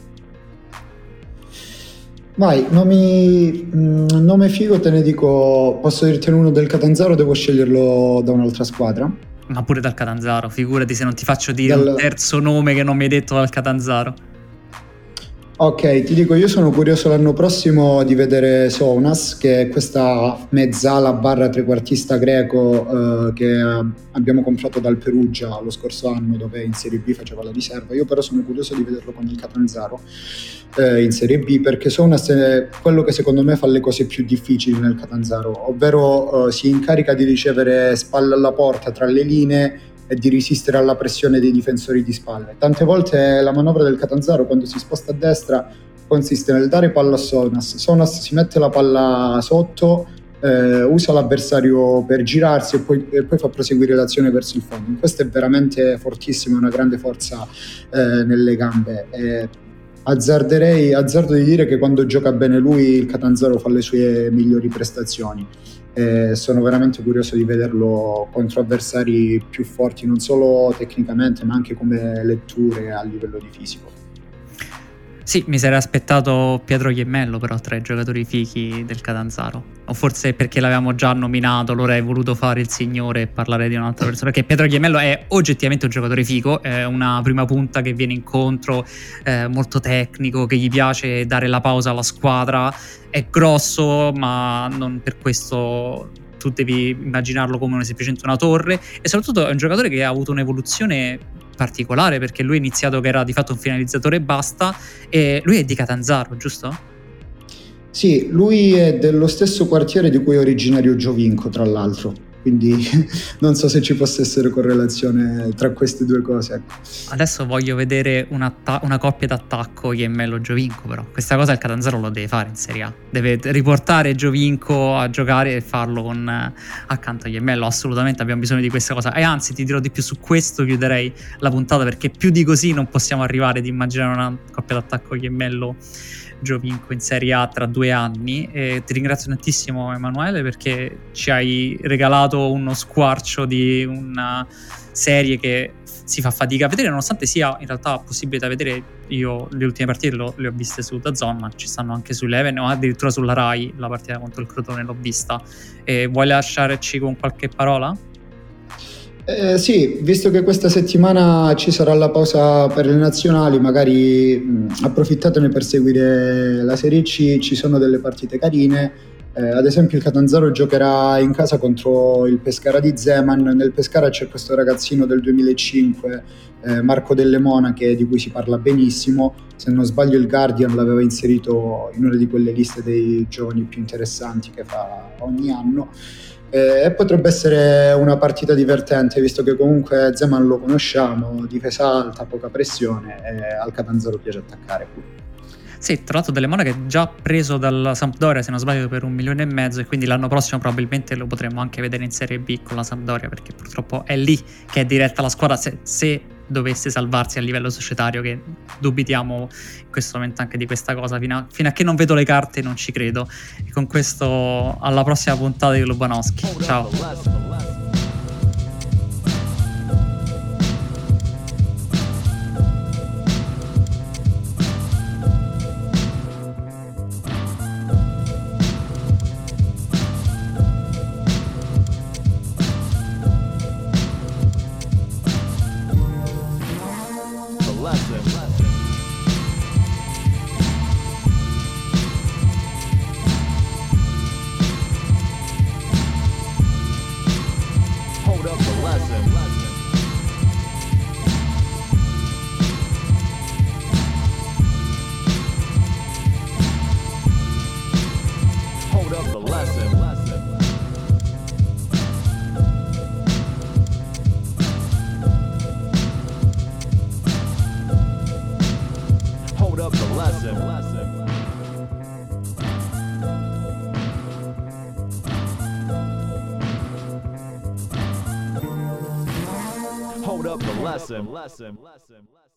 Vai, nomi, nome figo te ne dico, posso dirtene uno del Catanzaro o devo sceglierlo da un'altra squadra? Ma pure dal Catanzaro, figurati se non ti faccio dire dal... un terzo nome che non mi hai detto dal Catanzaro. Ok, ti dico, io sono curioso l'anno prossimo di vedere Sounas, che è questa mezzala barra trequartista greco eh, che abbiamo comprato dal Perugia lo scorso anno, dove in Serie B faceva la riserva. Io però sono curioso di vederlo con il Catanzaro eh, in Serie B, perché Sounas è quello che secondo me fa le cose più difficili nel Catanzaro, ovvero eh, si incarica di ricevere spalle alla porta tra le linee e di resistere alla pressione dei difensori di spalle. Tante volte la manovra del Catanzaro, quando si sposta a destra, consiste nel dare palla a Sounas. Sounas si mette la palla sotto, eh, usa l'avversario per girarsi e poi, e poi fa proseguire l'azione verso il fondo. Questo è veramente fortissimo, una grande forza eh, nelle gambe. Eh, azzarderei, azzardo di dire che quando gioca bene lui, il Catanzaro fa le sue migliori prestazioni. Eh, sono veramente curioso di vederlo contro avversari più forti, non solo tecnicamente ma anche come letture a livello di fisico. Sì, mi sarei aspettato Pietro Iemmello però tra i giocatori fichi del Catanzaro, o forse perché l'avevamo già nominato, allora hai voluto fare il signore e parlare di un'altra persona, perché Pietro Iemmello è oggettivamente un giocatore figo, è una prima punta che viene incontro, eh, molto tecnico, che gli piace dare la pausa alla squadra, è grosso ma non per questo tu devi immaginarlo come una, semplicemente una torre, e soprattutto è un giocatore che ha avuto un'evoluzione particolare, perché lui ha iniziato che era di fatto un finalizzatore e basta, e lui è di Catanzaro, giusto? Sì, lui è dello stesso quartiere di cui è originario Giovinco, tra l'altro. Quindi non so se ci possa essere correlazione tra queste due cose, ecco. Adesso voglio vedere una, una coppia d'attacco Iemmello Giovinco, però questa cosa il Catanzaro lo deve fare in Serie A, deve riportare Giovinco a giocare e farlo con accanto a Iemmello. Assolutamente abbiamo bisogno di questa cosa, e anzi ti dirò di più, su questo chiuderei la puntata, perché più di così non possiamo arrivare di immaginare una coppia d'attacco Iemmello Giovinco in Serie A tra due anni. E ti ringrazio tantissimo, Emanuele, perché ci hai regalato uno squarcio di una serie che si fa fatica a vedere, nonostante sia in realtà possibile da vedere. Io le ultime partite lo, le ho viste su DAZN, ma ci stanno anche su Eleven o addirittura sulla Rai. La partita contro il Crotone l'ho vista. E vuoi lasciarci con qualche parola? Eh, sì, visto che questa settimana ci sarà la pausa per le nazionali, magari mh, approfittatene per seguire la Serie C, ci sono delle partite carine. Eh, ad esempio il Catanzaro giocherà in casa contro il Pescara di Zeman. Nel Pescara c'è questo ragazzino del duemilacinque, eh, Marco Delle Monache, di cui si parla benissimo. Se non sbaglio il Guardian l'aveva inserito in una di quelle liste dei giovani più interessanti che fa ogni anno. E eh, potrebbe essere una partita divertente, visto che comunque Zeman lo conosciamo, difesa alta, poca pressione, e al Catanzaro piace attaccare pure. Sì, tra l'altro Delle Monache già preso dalla Sampdoria, se non sbaglio, per un milione e mezzo, e quindi l'anno prossimo probabilmente lo potremo anche vedere in Serie B con la Sampdoria, perché purtroppo è lì che è diretta la squadra, se, se dovesse salvarsi a livello societario, che dubitiamo in questo momento anche di questa cosa. Fino a, fino a che non vedo le carte non ci credo. E con questo alla prossima puntata di Lubanowski. Ciao. Hold up the lesson.